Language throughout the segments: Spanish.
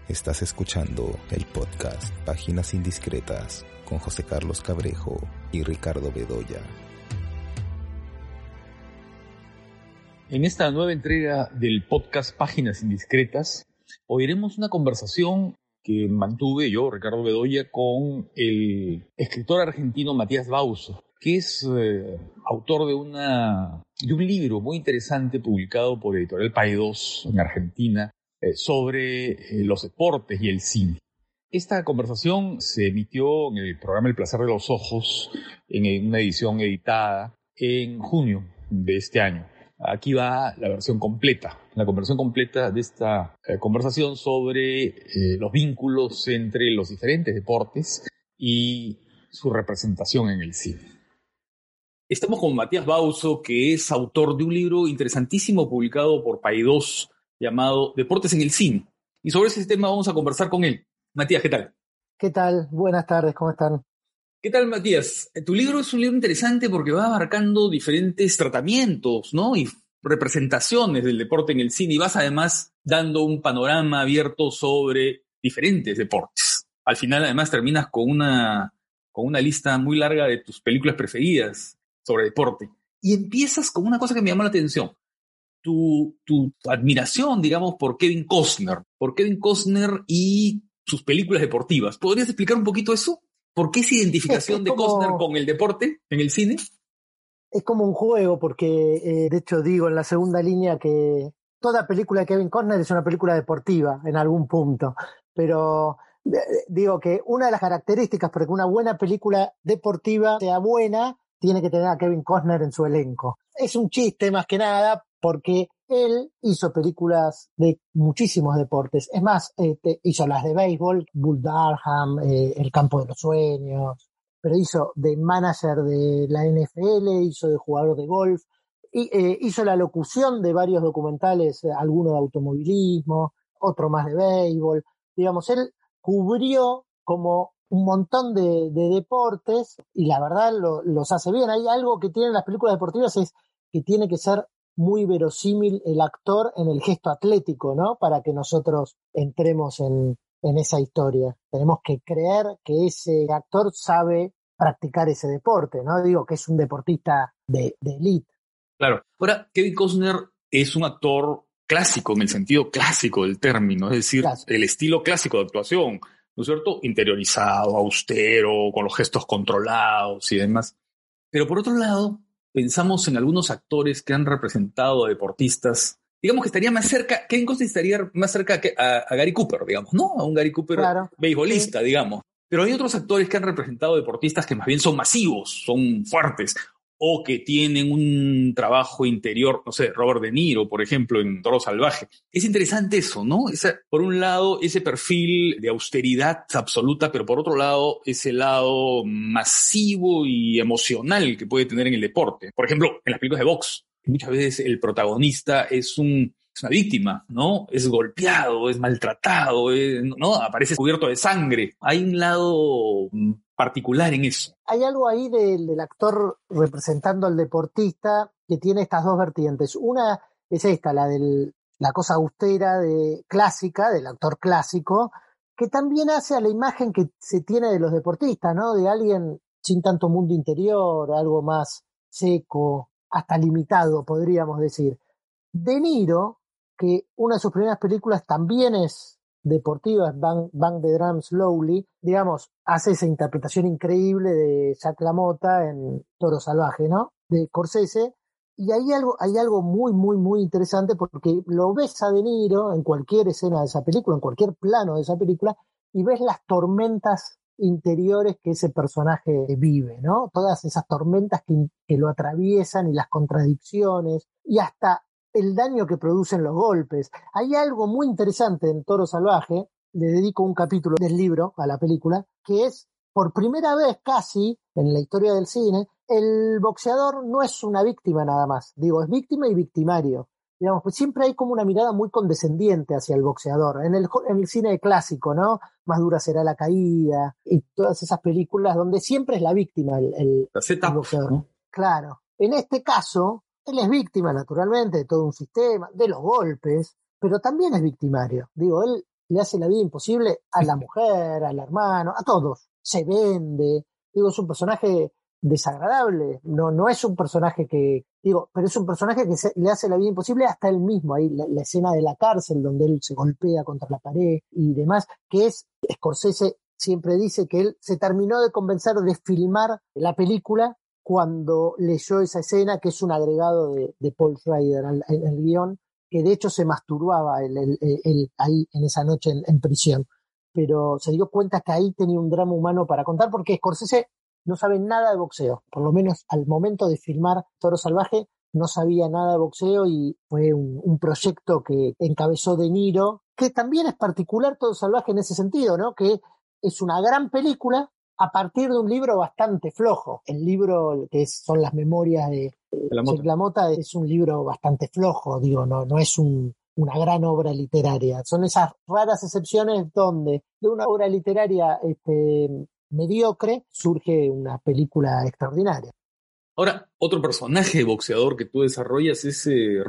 Estás escuchando el podcast Páginas Indiscretas con José Carlos Cabrejo y Ricardo Bedoya. En esta nueva entrega del podcast Páginas Indiscretas, oiremos una conversación que mantuve yo, Ricardo Bedoya, con el escritor argentino Matías Bauzo, que es autor de un libro muy interesante publicado por Editorial Paidós en Argentina sobre los deportes y el cine. Esta conversación se emitió en el programa El Placer de los Ojos, en una edición editada en junio de este año. Aquí va la versión completa, la conversación completa de esta conversación sobre los vínculos entre los diferentes deportes y su representación en el cine. Estamos con Matías Bauzo, que es autor de un libro interesantísimo publicado por Paidós llamado Deportes en el Cine. Y sobre ese tema vamos a conversar con él. Matías, ¿qué tal? ¿Qué tal? Buenas tardes, ¿cómo están? ¿Qué tal, Matías? Tu libro es un libro interesante porque va abarcando diferentes tratamientos, ¿no? Y representaciones del deporte en el cine, y vas además dando un panorama abierto sobre diferentes deportes. Al final, además, terminas con una lista muy larga de tus películas preferidas sobre deporte. Y empiezas con una cosa que me llamó la atención. Tu admiración, digamos, por Kevin Costner y sus películas deportivas. ¿Podrías explicar un poquito eso? ¿Por qué esa identificación de Costner con el deporte en el cine? Es como un juego, porque de hecho digo en la segunda línea que toda película de Kevin Costner es una película deportiva en algún punto, pero digo que una de las características para que una buena película deportiva sea buena, tiene que tener a Kevin Costner en su elenco. Es un chiste más que nada, porque él hizo películas de muchísimos deportes. Es más, hizo las de béisbol, Bull Durham, El Campo de los Sueños, pero hizo de manager de la NFL, hizo de jugador de golf, y hizo la locución de varios documentales, alguno de automovilismo, otro más de béisbol. Digamos, él cubrió como un montón de deportes y la verdad los hace bien. Hay algo que tienen las películas deportivas, es que tiene que ser muy verosímil el actor en el gesto atlético, ¿no? Para que nosotros entremos en esa historia. Tenemos que creer que ese actor sabe practicar ese deporte, ¿no? Digo que es un deportista de élite. Claro. Ahora, Kevin Costner es un actor clásico, en el sentido clásico del término, es decir, clásico. El estilo clásico de actuación, ¿no es cierto? Interiorizado, austero, con los gestos controlados y demás. Pero por otro lado, pensamos en algunos actores que han representado a deportistas. Digamos que estaría más cerca, Kevin Costner estaría más cerca a Gary Cooper, digamos, ¿no? A un Gary Cooper, claro, beisbolista, sí, digamos. Pero hay otros actores que han representado deportistas que más bien son masivos, son fuertes, o que tienen un trabajo interior, no sé, Robert De Niro, por ejemplo, en Toro Salvaje. Es interesante eso, ¿no? Por un lado, ese perfil de austeridad absoluta, pero por otro lado, ese lado masivo y emocional que puede tener en el deporte. Por ejemplo, en las películas de box, muchas veces el protagonista es una víctima, ¿no? Es golpeado, es maltratado, ¿no? Aparece cubierto de sangre. Hay un lado particular en eso. Hay algo ahí del actor representando al deportista que tiene estas dos vertientes. Una es esta, la cosa austera clásica, del actor clásico, que también hace a la imagen que se tiene de los deportistas, ¿no? De alguien sin tanto mundo interior, algo más seco, hasta limitado, podríamos decir. De Niro, que una de sus primeras películas también es deportiva, Bang the Drum Slowly, digamos, hace esa interpretación increíble de Jack LaMotta en Toro Salvaje, ¿no? De Scorsese, y hay algo muy, muy, muy interesante, porque lo ves a De Niro en cualquier escena de esa película, en cualquier plano de esa película, y ves las tormentas interiores que ese personaje vive, ¿no? Todas esas tormentas que lo atraviesan, y las contradicciones, y hasta el daño que producen los golpes. Hay algo muy interesante en Toro Salvaje, le dedico un capítulo del libro a la película, que es, por primera vez casi en la historia del cine, el boxeador no es una víctima nada más, digo, es víctima y victimario. Digamos, pues siempre hay como una mirada muy condescendiente hacia el boxeador. En el cine clásico, ¿no? Más dura será la caída, y todas esas películas donde siempre es la víctima el boxeador. ¿No? Claro. En este caso, él es víctima, naturalmente, de todo un sistema, de los golpes, pero también es victimario. Digo, él le hace la vida imposible a la mujer, al hermano, a todos. Se vende. Digo, es un personaje desagradable. No es un personaje pero es un personaje que le hace la vida imposible hasta él mismo. Ahí la escena de la cárcel donde él se golpea contra la pared y demás, Scorsese siempre dice que él se terminó de convencer de filmar la película cuando leyó esa escena, que es un agregado de Paul Schrader en el guión, que de hecho se masturbaba él ahí en esa noche en prisión. Pero se dio cuenta que ahí tenía un drama humano para contar, porque Scorsese no sabe nada de boxeo, por lo menos al momento de filmar Toro Salvaje no sabía nada de boxeo, y fue un proyecto que encabezó De Niro, que también es particular Toro Salvaje en ese sentido, ¿no? Que es una gran película a partir de un libro bastante flojo. El libro son las memorias de Jake LaMotta es un libro bastante flojo, digo, no es una gran obra literaria. Son esas raras excepciones donde de una obra literaria mediocre surge una película extraordinaria. Ahora, otro personaje boxeador que tú desarrollas es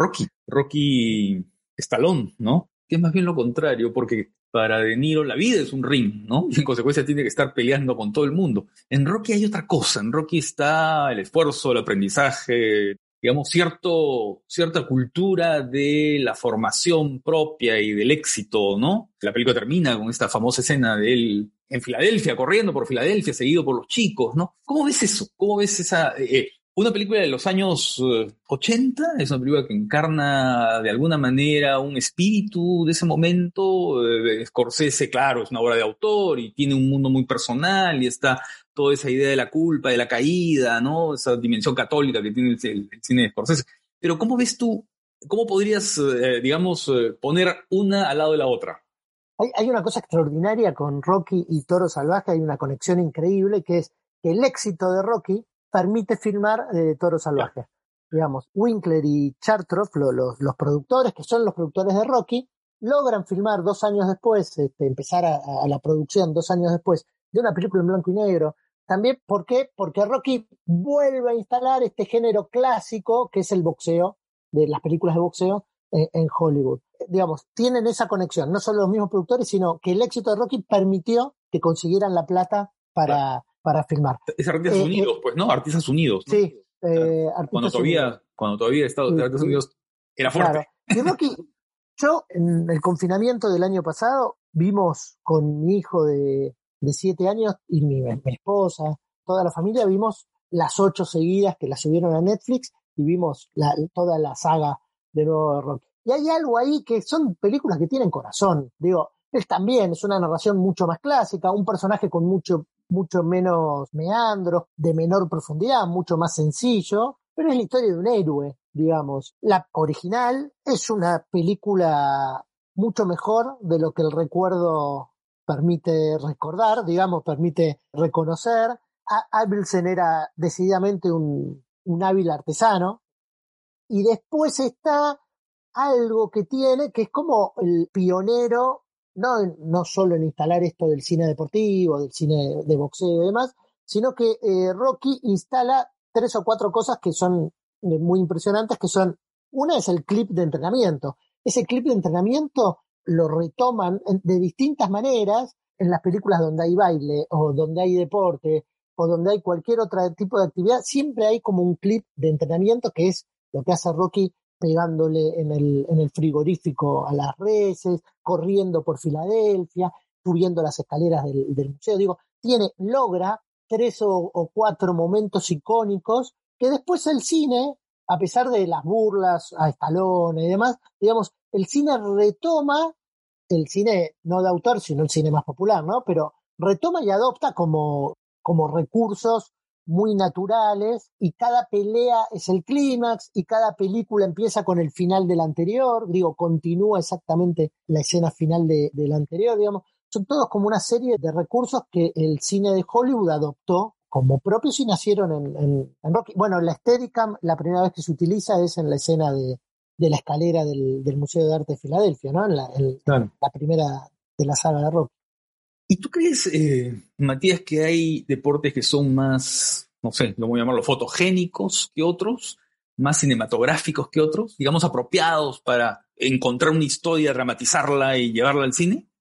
Rocky Stallone, ¿no? Que es más bien lo contrario, porque para De Niro la vida es un ring, ¿no? Y en consecuencia tiene que estar peleando con todo el mundo. En Rocky hay otra cosa. En Rocky está el esfuerzo, el aprendizaje, digamos, cierta cultura de la formación propia y del éxito, ¿no? La película termina con esta famosa escena de él en Filadelfia, corriendo por Filadelfia, seguido por los chicos, ¿no? ¿Cómo ves eso? ¿Cómo ves esa... una película de los años 80, es una película que encarna de alguna manera un espíritu de ese momento. Scorsese, claro, es una obra de autor y tiene un mundo muy personal y está toda esa idea de la culpa, de la caída, ¿no? Esa dimensión católica que tiene el cine de Scorsese. Pero ¿cómo ves tú, cómo podrías, poner una al lado de la otra? Hay una cosa extraordinaria con Rocky y Toro Salvaje, hay una conexión increíble, que es que el éxito de Rocky permite filmar Toro Salvaje. Digamos, Winkler y Chartroff, los productores, que son los productores de Rocky, logran filmar 2 años después, empezar a la producción 2 años después de una película en blanco y negro. También, ¿por qué? Porque Rocky vuelve a instalar este género clásico que es el boxeo, de las películas de boxeo en Hollywood. Digamos, tienen esa conexión, no solo los mismos productores, sino que el éxito de Rocky permitió que consiguieran la plata para filmar. Es Artistas Unidos, pues, ¿no? Artistas Unidos, ¿no? Sí. Cuando todavía Estados Unidos era fuerte. Claro. Y Rocky, yo en el confinamiento del año pasado vimos con mi hijo de 7 años y mi esposa, toda la familia, vimos las 8 seguidas que las subieron a Netflix y vimos toda la saga de nuevo de Rocky. Y hay algo ahí que son películas que tienen corazón. Digo, también es una narración mucho más clásica, un personaje con mucho menos meandros, de menor profundidad, mucho más sencillo, pero es la historia de un héroe, digamos. La original es una película mucho mejor de lo que el recuerdo permite recordar, digamos, permite reconocer. Abelson era decididamente un hábil artesano, y después está algo que tiene, que es como el pionero, no solo en instalar esto del cine deportivo, del cine de boxeo y demás, sino que Rocky instala 3 o 4 cosas que son muy impresionantes, que son, una es el clip de entrenamiento. Ese clip de entrenamiento lo retoman de distintas maneras en las películas donde hay baile o donde hay deporte o donde hay cualquier otro tipo de actividad. Siempre hay como un clip de entrenamiento, que es lo que hace Rocky pegándole en el frigorífico a las reses, corriendo por Filadelfia, subiendo las escaleras del museo. Digo, logra 3 o 4 momentos icónicos que después el cine, a pesar de las burlas a Stallone y demás, digamos, el cine retoma, el cine no de autor, sino el cine más popular, ¿no? Pero retoma y adopta como recursos muy naturales, y cada pelea es el clímax, y cada película empieza con el final de la anterior, digo, continúa exactamente la escena final de la anterior, digamos. Son todos como una serie de recursos que el cine de Hollywood adoptó como propios y nacieron en Rocky. Bueno, la Steadicam, la primera vez que se utiliza es en la escena de la escalera del Museo de Arte de Filadelfia, ¿no? La primera de la saga de Rocky. ¿Y tú crees, Matías, que hay deportes que son más, no sé, lo voy a llamarlo, fotogénicos que otros, más cinematográficos que otros, digamos, apropiados para encontrar una historia, dramatizarla y llevarla al cine?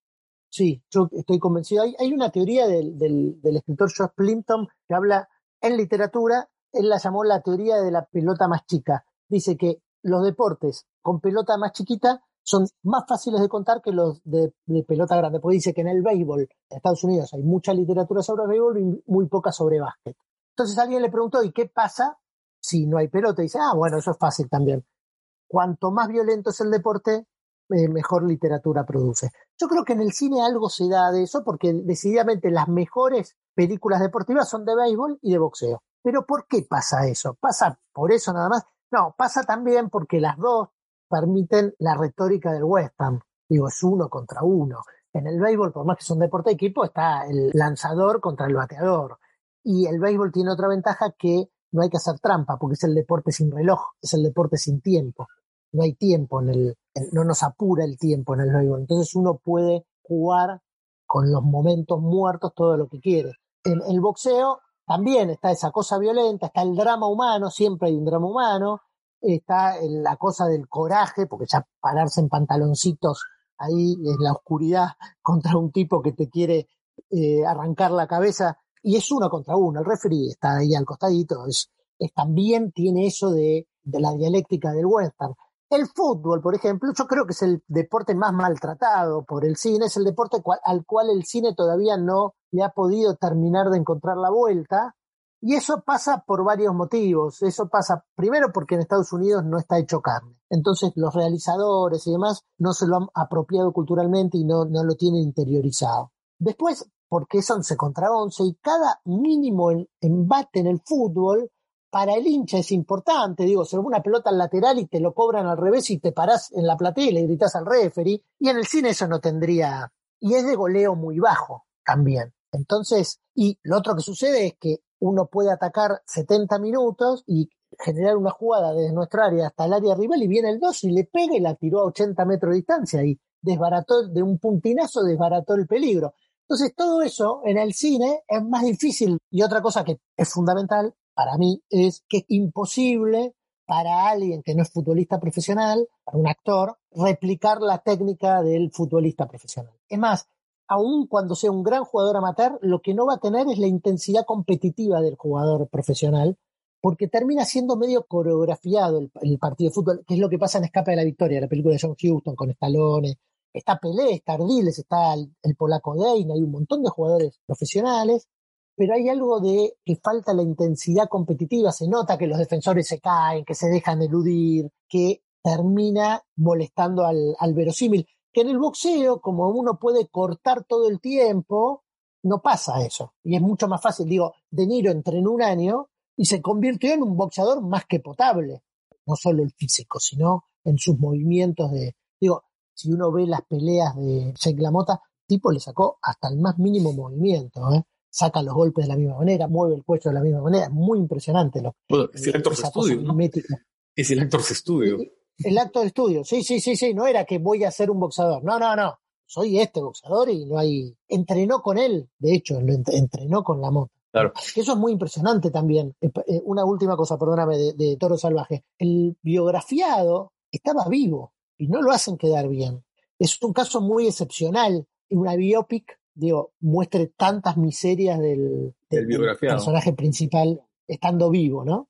Sí, yo estoy convencido. Hay una teoría del escritor George Plimpton que habla en literatura, él la llamó la teoría de la pelota más chica. Dice que los deportes con pelota más chiquita son más fáciles de contar que los de pelota grande, porque dice que en el béisbol, en Estados Unidos, hay mucha literatura sobre el béisbol y muy poca sobre básquet. Entonces alguien le preguntó, ¿y qué pasa si no hay pelota? Y dice, bueno, eso es fácil también. Cuanto más violento es el deporte, mejor literatura produce. Yo creo que en el cine algo se da de eso, porque decididamente las mejores películas deportivas son de béisbol y de boxeo. Pero ¿por qué pasa eso? ¿Pasa por eso nada más? No, pasa también porque las dos permiten la retórica del western. Digo, es uno contra uno. En el béisbol, por más que es un deporte de equipo, está el lanzador contra el bateador. Y el béisbol tiene otra ventaja, que no hay que hacer trampa, porque es el deporte sin reloj, es el deporte sin tiempo. No hay tiempo no nos apura el tiempo en el béisbol. Entonces uno puede jugar con los momentos muertos todo lo que quiere. En el boxeo también está esa cosa violenta, está el drama humano, siempre hay un drama humano, está la cosa del coraje, porque ya pararse en pantaloncitos ahí en la oscuridad contra un tipo que te quiere arrancar la cabeza, y es uno contra uno, el referee está ahí al costadito, también tiene eso de la dialéctica del western. El fútbol, por ejemplo, yo creo que es el deporte más maltratado por el cine, es el deporte al cual el cine todavía no le ha podido terminar de encontrar la vuelta, y eso pasa por varios motivos. Eso pasa primero porque en Estados Unidos no está hecho carne, entonces los realizadores y demás no se lo han apropiado culturalmente y no lo tienen interiorizado. Después, porque es 11 contra 11 y cada mínimo embate en el fútbol para el hincha es importante. Digo, se ve una pelota al lateral y te lo cobran al revés y te parás en la platea y le gritás al referee, y en el cine eso no tendría, y es de goleo muy bajo también. Entonces, y lo otro que sucede es que uno puede atacar 70 minutos y generar una jugada desde nuestra área hasta el área rival, y viene el 2 y le pega y la tiró a 80 metros de distancia y desbarató, de un puntinazo desbarató el peligro. Entonces todo eso en el cine es más difícil. Y otra cosa que es fundamental para mí es que es imposible para alguien que no es futbolista profesional, para un actor, replicar la técnica del futbolista profesional. Es más, aun cuando sea un gran jugador amateur, lo que no va a tener es la intensidad competitiva del jugador profesional, porque termina siendo medio coreografiado el partido de fútbol, que es lo que pasa en Escape de la Victoria, la película de John Huston con Stallone. Está Pelé, está Ardiles, está el polaco Dein, hay un montón de jugadores profesionales, pero hay algo de que falta la intensidad competitiva. Se nota que los defensores se caen, que se dejan eludir, que termina molestando al verosímil. Que en el boxeo, como uno puede cortar todo el tiempo, no pasa eso. Y es mucho más fácil. Digo, De Niro entrenó un año y se convirtió en un boxeador más que potable. No solo el físico, sino en sus movimientos Digo, si uno ve las peleas de Jake LaMotta, tipo le sacó hasta el más mínimo movimiento, saca los golpes de la misma manera, mueve el cuello de la misma manera, es muy impresionante. Es el Actors Studio, ¿no? Es el Actors Studio. El Actors Studio, sí, no era que voy a ser un boxeador, no, soy este boxeador y no hay... Entrenó con él, de hecho, entrenó con LaMotta. Claro. Que eso es muy impresionante también. Una última cosa, perdóname, de Toro Salvaje. El biografiado estaba vivo y no lo hacen quedar bien. Es un caso muy excepcional. Una biopic, muestre tantas miserias del personaje principal estando vivo, ¿no?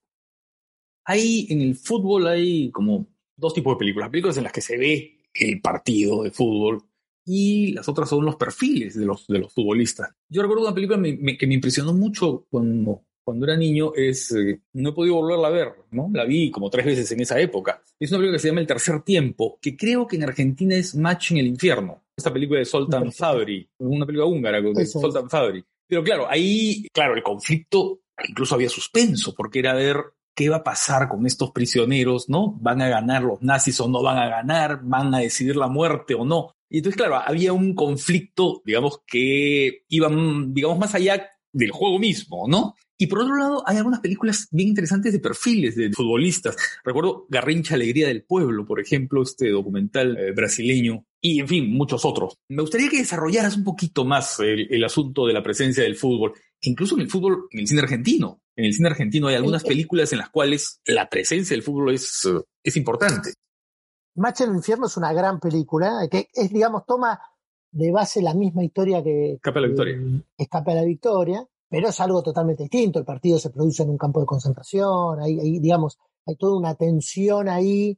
En el fútbol hay como dos tipos de películas. Películas en las que se ve el partido de fútbol y las otras son los perfiles de los futbolistas. Yo recuerdo una película que me impresionó mucho cuando era niño, no he podido volverla a ver, ¿no? La vi como 3 veces en esa época. Es una película que se llama El Tercer Tiempo, que creo que en Argentina es Match en el Infierno. Esta película de Zoltán Fabri, una película húngara de Zoltán Fabri. Pero claro, ahí, el conflicto, incluso había suspenso, porque era ver qué va a pasar con estos prisioneros, ¿no? ¿Van a ganar los nazis o no van a ganar? ¿Van a decidir la muerte o no? Y entonces, claro, había un conflicto, digamos, que iba, más allá del juego mismo, ¿no? Y por otro lado, hay algunas películas bien interesantes de perfiles de futbolistas. Recuerdo Garrincha Alegría del Pueblo, por ejemplo, este documental brasileño, y en fin, muchos otros. Me gustaría que desarrollaras un poquito más el asunto de la presencia del fútbol, incluso en el fútbol, en el cine argentino. En el cine argentino hay algunas películas en las cuales la presencia del fútbol es importante. Match en el Infierno es una gran película, que toma de base la misma historia que Escape a la victoria. Escape a la Victoria, pero es algo totalmente distinto. El partido se produce en un campo de concentración, digamos, hay toda una tensión ahí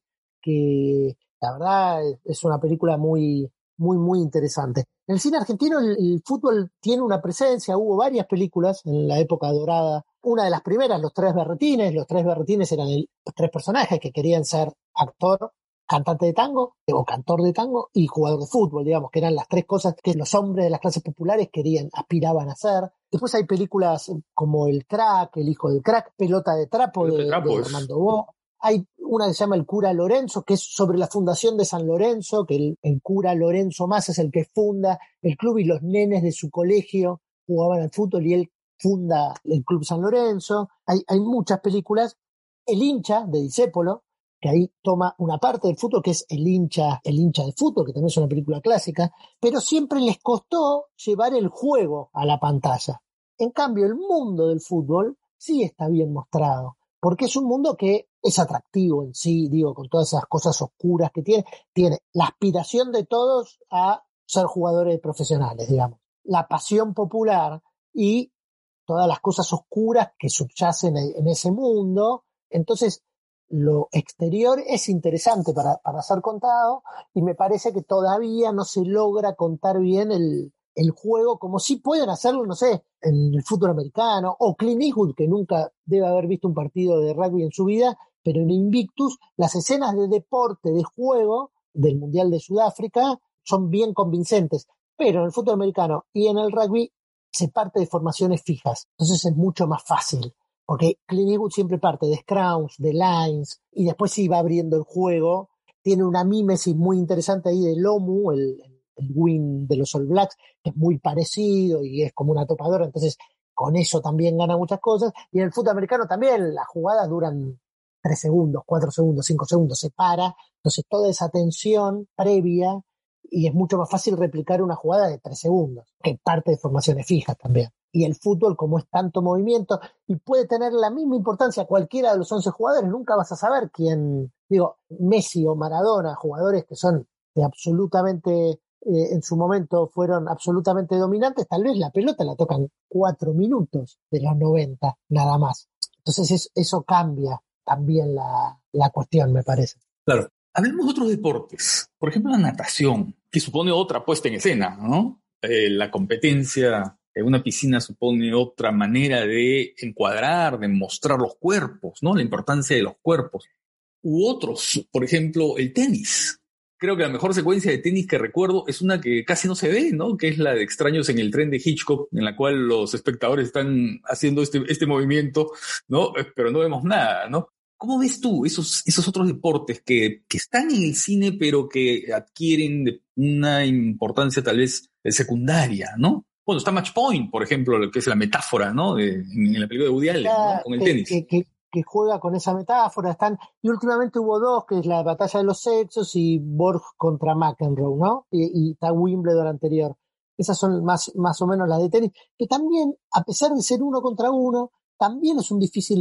que la verdad es una película muy, muy, muy interesante. En el cine argentino el fútbol tiene una presencia, hubo varias películas en la época dorada. Una de las primeras, Los Tres Berretines. Los Tres Berretines eran los tres personajes que querían ser actor, cantante de tango o cantor de tango y jugador de fútbol, digamos, que eran las tres cosas que los hombres de las clases populares aspiraban a hacer. Después hay películas como El Crack, El Hijo del Crack, Pelota de Trapo de Armando Bo. Hay una que se llama El Cura Lorenzo, que es sobre la fundación de San Lorenzo, que el cura Lorenzo Massa es el que funda el club y los nenes de su colegio jugaban al fútbol y él funda el Club San Lorenzo. Hay muchas películas. El Hincha, de Discépolo, que ahí toma una parte del fútbol, que es el hincha de fútbol, que también es una película clásica, pero siempre les costó llevar el juego a la pantalla. En cambio, el mundo del fútbol sí está bien mostrado, porque es un mundo que es atractivo en sí, digo, con todas esas cosas oscuras que tiene la aspiración de todos a ser jugadores profesionales, digamos, la pasión popular y todas las cosas oscuras que subyacen en ese mundo. Entonces, lo exterior es interesante para ser contado y me parece que todavía no se logra contar bien el juego como si pueden hacerlo, no sé, en el fútbol americano, o Clint Eastwood, que nunca debe haber visto un partido de rugby en su vida, pero en Invictus las escenas de deporte, de juego del Mundial de Sudáfrica son bien convincentes, pero en el fútbol americano y en el rugby se parte de formaciones fijas, entonces es mucho más fácil. Porque Clint Eastwood siempre parte de scrums, de lines, y después sí va abriendo el juego. Tiene una mímesis muy interesante ahí de Lomu, el wing de los All Blacks, que es muy parecido y es como una topadora, entonces con eso también gana muchas cosas. Y en el fútbol americano también las jugadas duran 3 segundos, 4 segundos, 5 segundos, se para. Entonces toda esa tensión previa, y es mucho más fácil replicar una jugada de 3 segundos, que parte de formaciones fijas también. Y el fútbol, como es tanto movimiento y puede tener la misma importancia cualquiera de los 11 jugadores, nunca vas a saber quién, digo, Messi o Maradona, jugadores que son absolutamente, en su momento fueron absolutamente dominantes, tal vez la pelota la tocan 4 minutos de los 90, nada más. Entonces eso cambia también la cuestión, me parece. Claro. Hablemos de otros deportes. Por ejemplo, la natación, que supone otra puesta en escena, ¿no? La competencia en una piscina supone otra manera de encuadrar, de mostrar los cuerpos, ¿no? La importancia de los cuerpos. U otros, por ejemplo, el tenis. Creo que la mejor secuencia de tenis que recuerdo es una que casi no se ve, ¿no? Que es la de Extraños en el tren de Hitchcock, en la cual los espectadores están haciendo este movimiento, ¿no? Pero no vemos nada, ¿no? ¿Cómo ves tú esos otros deportes que están en el cine pero que adquieren una importancia tal vez secundaria, ¿no? Bueno, está Match Point, por ejemplo, lo que es la metáfora, ¿no? En la película de Woody Allen, ¿no? Con el tenis. Que juega con esa metáfora. Y últimamente hubo dos, que es la batalla de los sexos y Borg contra McEnroe, ¿no? Y está Wimbledon anterior. Esas son más o menos las de tenis, que también, a pesar de ser uno contra uno, también es un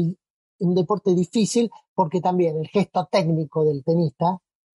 deporte difícil, porque también el gesto técnico del tenista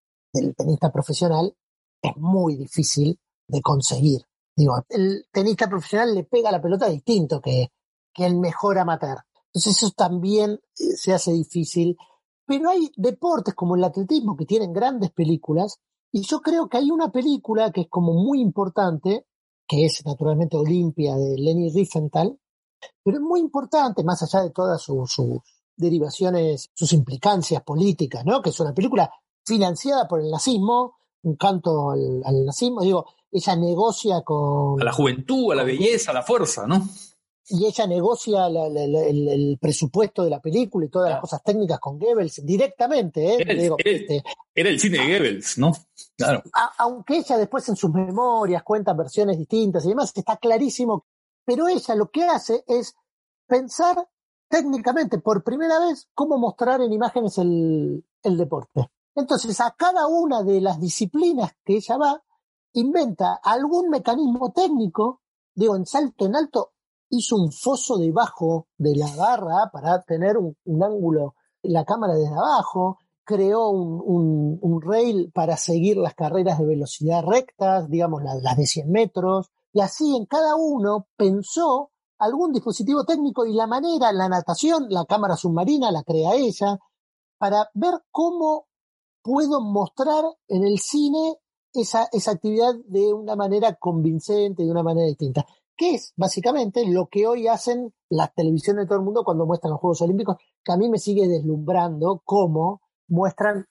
profesional, es muy difícil de conseguir. Digo, el tenista profesional le pega la pelota distinto que el mejor amateur. Entonces eso también se hace difícil. Pero hay deportes como el atletismo que tienen grandes películas, y yo creo que hay una película que es como muy importante, que es naturalmente Olimpia de Leni Riefenstahl, pero es muy importante, más allá de todas sus derivaciones, sus implicancias políticas, ¿no? Que es una película financiada por el nazismo, un canto al nazismo. Digo, ella negocia con... A la juventud, a la belleza, a la fuerza, ¿no? Y ella negocia el presupuesto de la película y todas las cosas técnicas con Goebbels directamente, ¿eh? Era el cine de Goebbels, ¿no? Claro. Aunque ella después en sus memorias cuenta versiones distintas y demás, está clarísimo. Pero ella lo que hace es pensar técnicamente por primera vez cómo mostrar en imágenes el deporte. Entonces, a cada una de las disciplinas que ella va, inventa algún mecanismo técnico. Digo, en salto en alto hizo un foso debajo de la barra para tener un ángulo en la cámara desde abajo. creó un rail para seguir las carreras de velocidad rectas, digamos las de 100 metros, y así en cada uno pensó algún dispositivo técnico y la manera, la natación, la cámara submarina la crea ella, para ver cómo puedo mostrar en el cine esa actividad de una manera convincente, de una manera distinta. Que es básicamente lo que hoy hacen las televisiones de todo el mundo cuando muestran los Juegos Olímpicos, que a mí me sigue deslumbrando cómo muestran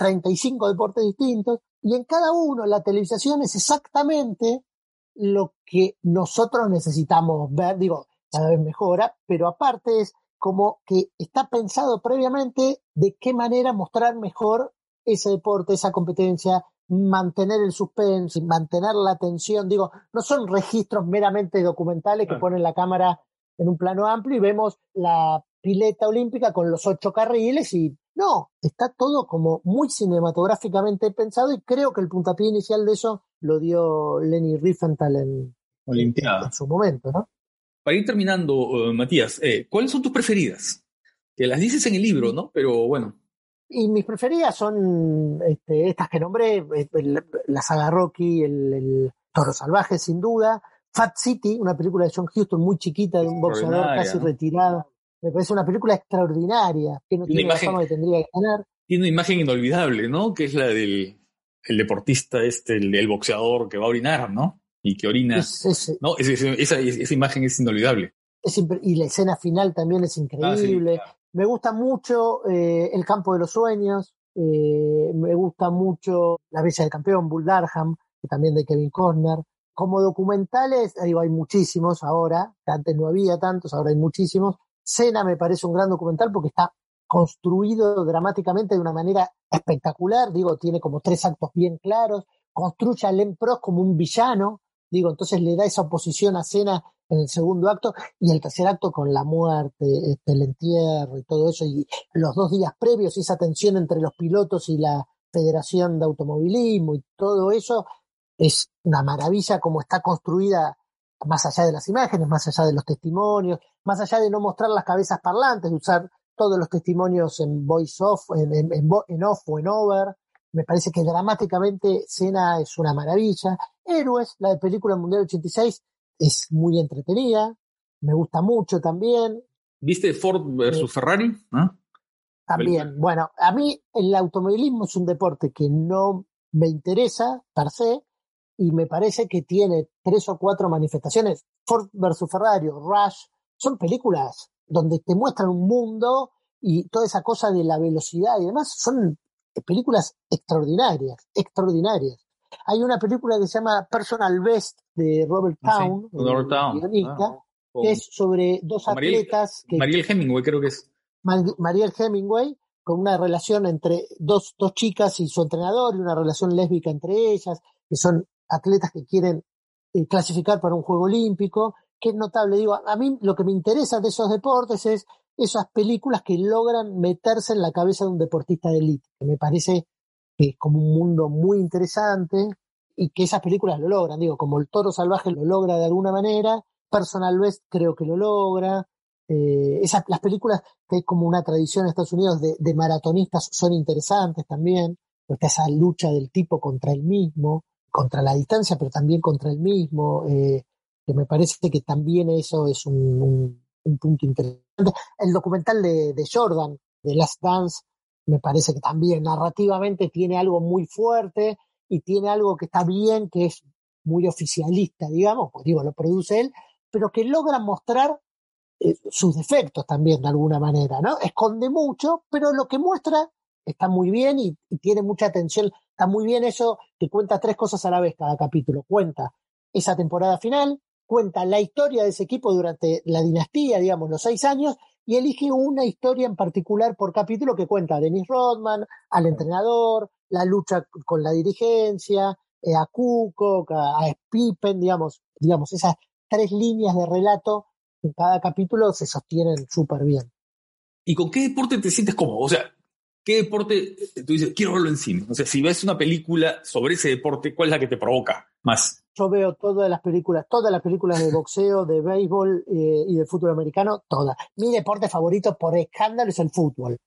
35 deportes distintos y en cada uno la televisación es exactamente lo que nosotros necesitamos ver, digo, cada vez mejora, pero aparte es como que está pensado previamente de qué manera mostrar mejor ese deporte, esa competencia, mantener el suspense, mantener la atención. Digo, no son registros meramente documentales que ponen la cámara en un plano amplio y vemos la pileta olímpica con los 8 carriles y no, está todo como muy cinematográficamente pensado y creo que el puntapié inicial de eso lo dio Leni Riefenstahl en su momento, ¿no? Para ir terminando, Matías, ¿cuáles son tus preferidas? Que las dices en el libro, ¿no? Pero bueno. Y mis preferidas son estas que nombré, la saga Rocky, el Toro Salvaje, sin duda. Fat City, una película de John Huston muy chiquita, de un boxeador casi retirado. Me parece una película extraordinaria, que no tiene la fama que tendría que tener. Tiene una imagen inolvidable, ¿no? Que es la del deportista el boxeador que va a orinar, ¿no? Y que orina. ¿no? Esa imagen es inolvidable. Y la escena final también es increíble. Sí, claro. Me gusta mucho El campo de los sueños. Me gusta mucho La bella del campeón, Bull Durham, que también de Kevin Costner. Como documentales, digo, hay muchísimos ahora. Antes no había tantos, ahora hay muchísimos. Cena me parece un gran documental porque está construido dramáticamente de una manera espectacular. Digo, tiene como 3 actos bien claros. Construye a Len Prost como un villano. Digo, entonces le da esa oposición a Cena en el segundo acto y el tercer acto con la muerte, el entierro y todo eso, y los 2 días previos y esa tensión entre los pilotos y la Federación de Automovilismo y todo eso, es una maravilla como está construida, más allá de las imágenes, más allá de los testimonios, más allá de no mostrar las cabezas parlantes, de usar todos los testimonios en voice off, en off o en over. Me parece que dramáticamente Cena es una maravilla. Héroes, la de película Mundial 86, es muy entretenida, me gusta mucho también. ¿Viste Ford versus Ferrari? ¿Ah? También, bueno, a mí el automovilismo es un deporte que no me interesa per se y me parece que tiene 3 o 4 manifestaciones. Ford versus Ferrari, Rush, son películas donde te muestran un mundo y toda esa cosa de la velocidad y demás, son películas extraordinarias. Hay una película que se llama Personal Best de Robert Town, guionista, que es sobre 2 atletas. Mariel Hemingway creo que es. Mariel Hemingway, con una relación entre dos chicas y su entrenador, y una relación lésbica entre ellas, que son atletas que quieren clasificar para un juego olímpico, que es notable. Digo, a mí lo que me interesa de esos deportes es esas películas que logran meterse en la cabeza de un deportista de élite, que me parece que es como un mundo muy interesante y que esas películas lo logran. Digo, como El Toro Salvaje lo logra de alguna manera, Personal Best creo que lo logra. Las películas que hay como una tradición en Estados Unidos de maratonistas son interesantes también, porque esa lucha del tipo contra el mismo, contra la distancia, pero también contra el mismo, que me parece que también eso es un punto interesante. El documental de Jordan, de Last Dance, me parece que también narrativamente tiene algo muy fuerte y tiene algo que está bien, que es muy oficialista, digamos, pues digo, lo produce él, pero que logra mostrar sus defectos también de alguna manera, ¿no? Esconde mucho, pero lo que muestra está muy bien y tiene mucha atención. Está muy bien eso que cuenta 3 cosas a la vez cada capítulo. Cuenta esa temporada final, cuenta la historia de ese equipo durante la dinastía, digamos, los 6 años, y elige una historia en particular por capítulo que cuenta a Dennis Rodman, al entrenador, la lucha con la dirigencia, a Kukoc, a Pippen, digamos, esas 3 líneas de relato en cada capítulo se sostienen súper bien. ¿Y con qué deporte te sientes cómodo? O sea, ¿qué deporte tú dices, quiero verlo en cine? O sea, si ves una película sobre ese deporte, ¿cuál es la que te provoca más? Yo veo todas las películas de boxeo, de béisbol y de fútbol americano, todas. Mi deporte favorito por escándalo es el fútbol.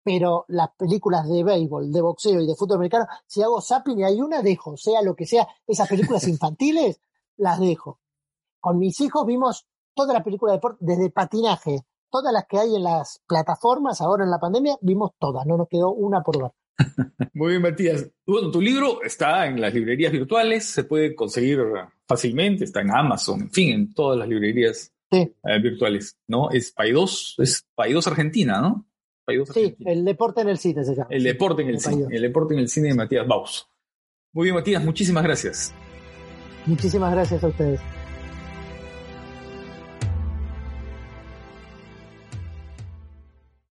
pero las películas de béisbol, de boxeo y de fútbol americano, si hago zapping y hay una, dejo, sea lo que sea, esas películas infantiles, las dejo. Con mis hijos vimos todas las películas de deporte, desde patinaje, todas las que hay en las plataformas, ahora en la pandemia, vimos todas, no nos quedó una por ver. Muy bien, Matías. Bueno, tu libro está en las librerías virtuales, se puede conseguir fácilmente, está en Amazon, en fin, en todas las librerías virtuales, ¿no? Es Paidós Argentina, ¿no? Paidós Sí, Argentina. El deporte en el cine se llama. El deporte en el cine, el deporte en el cine de Matías Baus. Muy bien, Matías, muchísimas gracias. Muchísimas gracias a ustedes.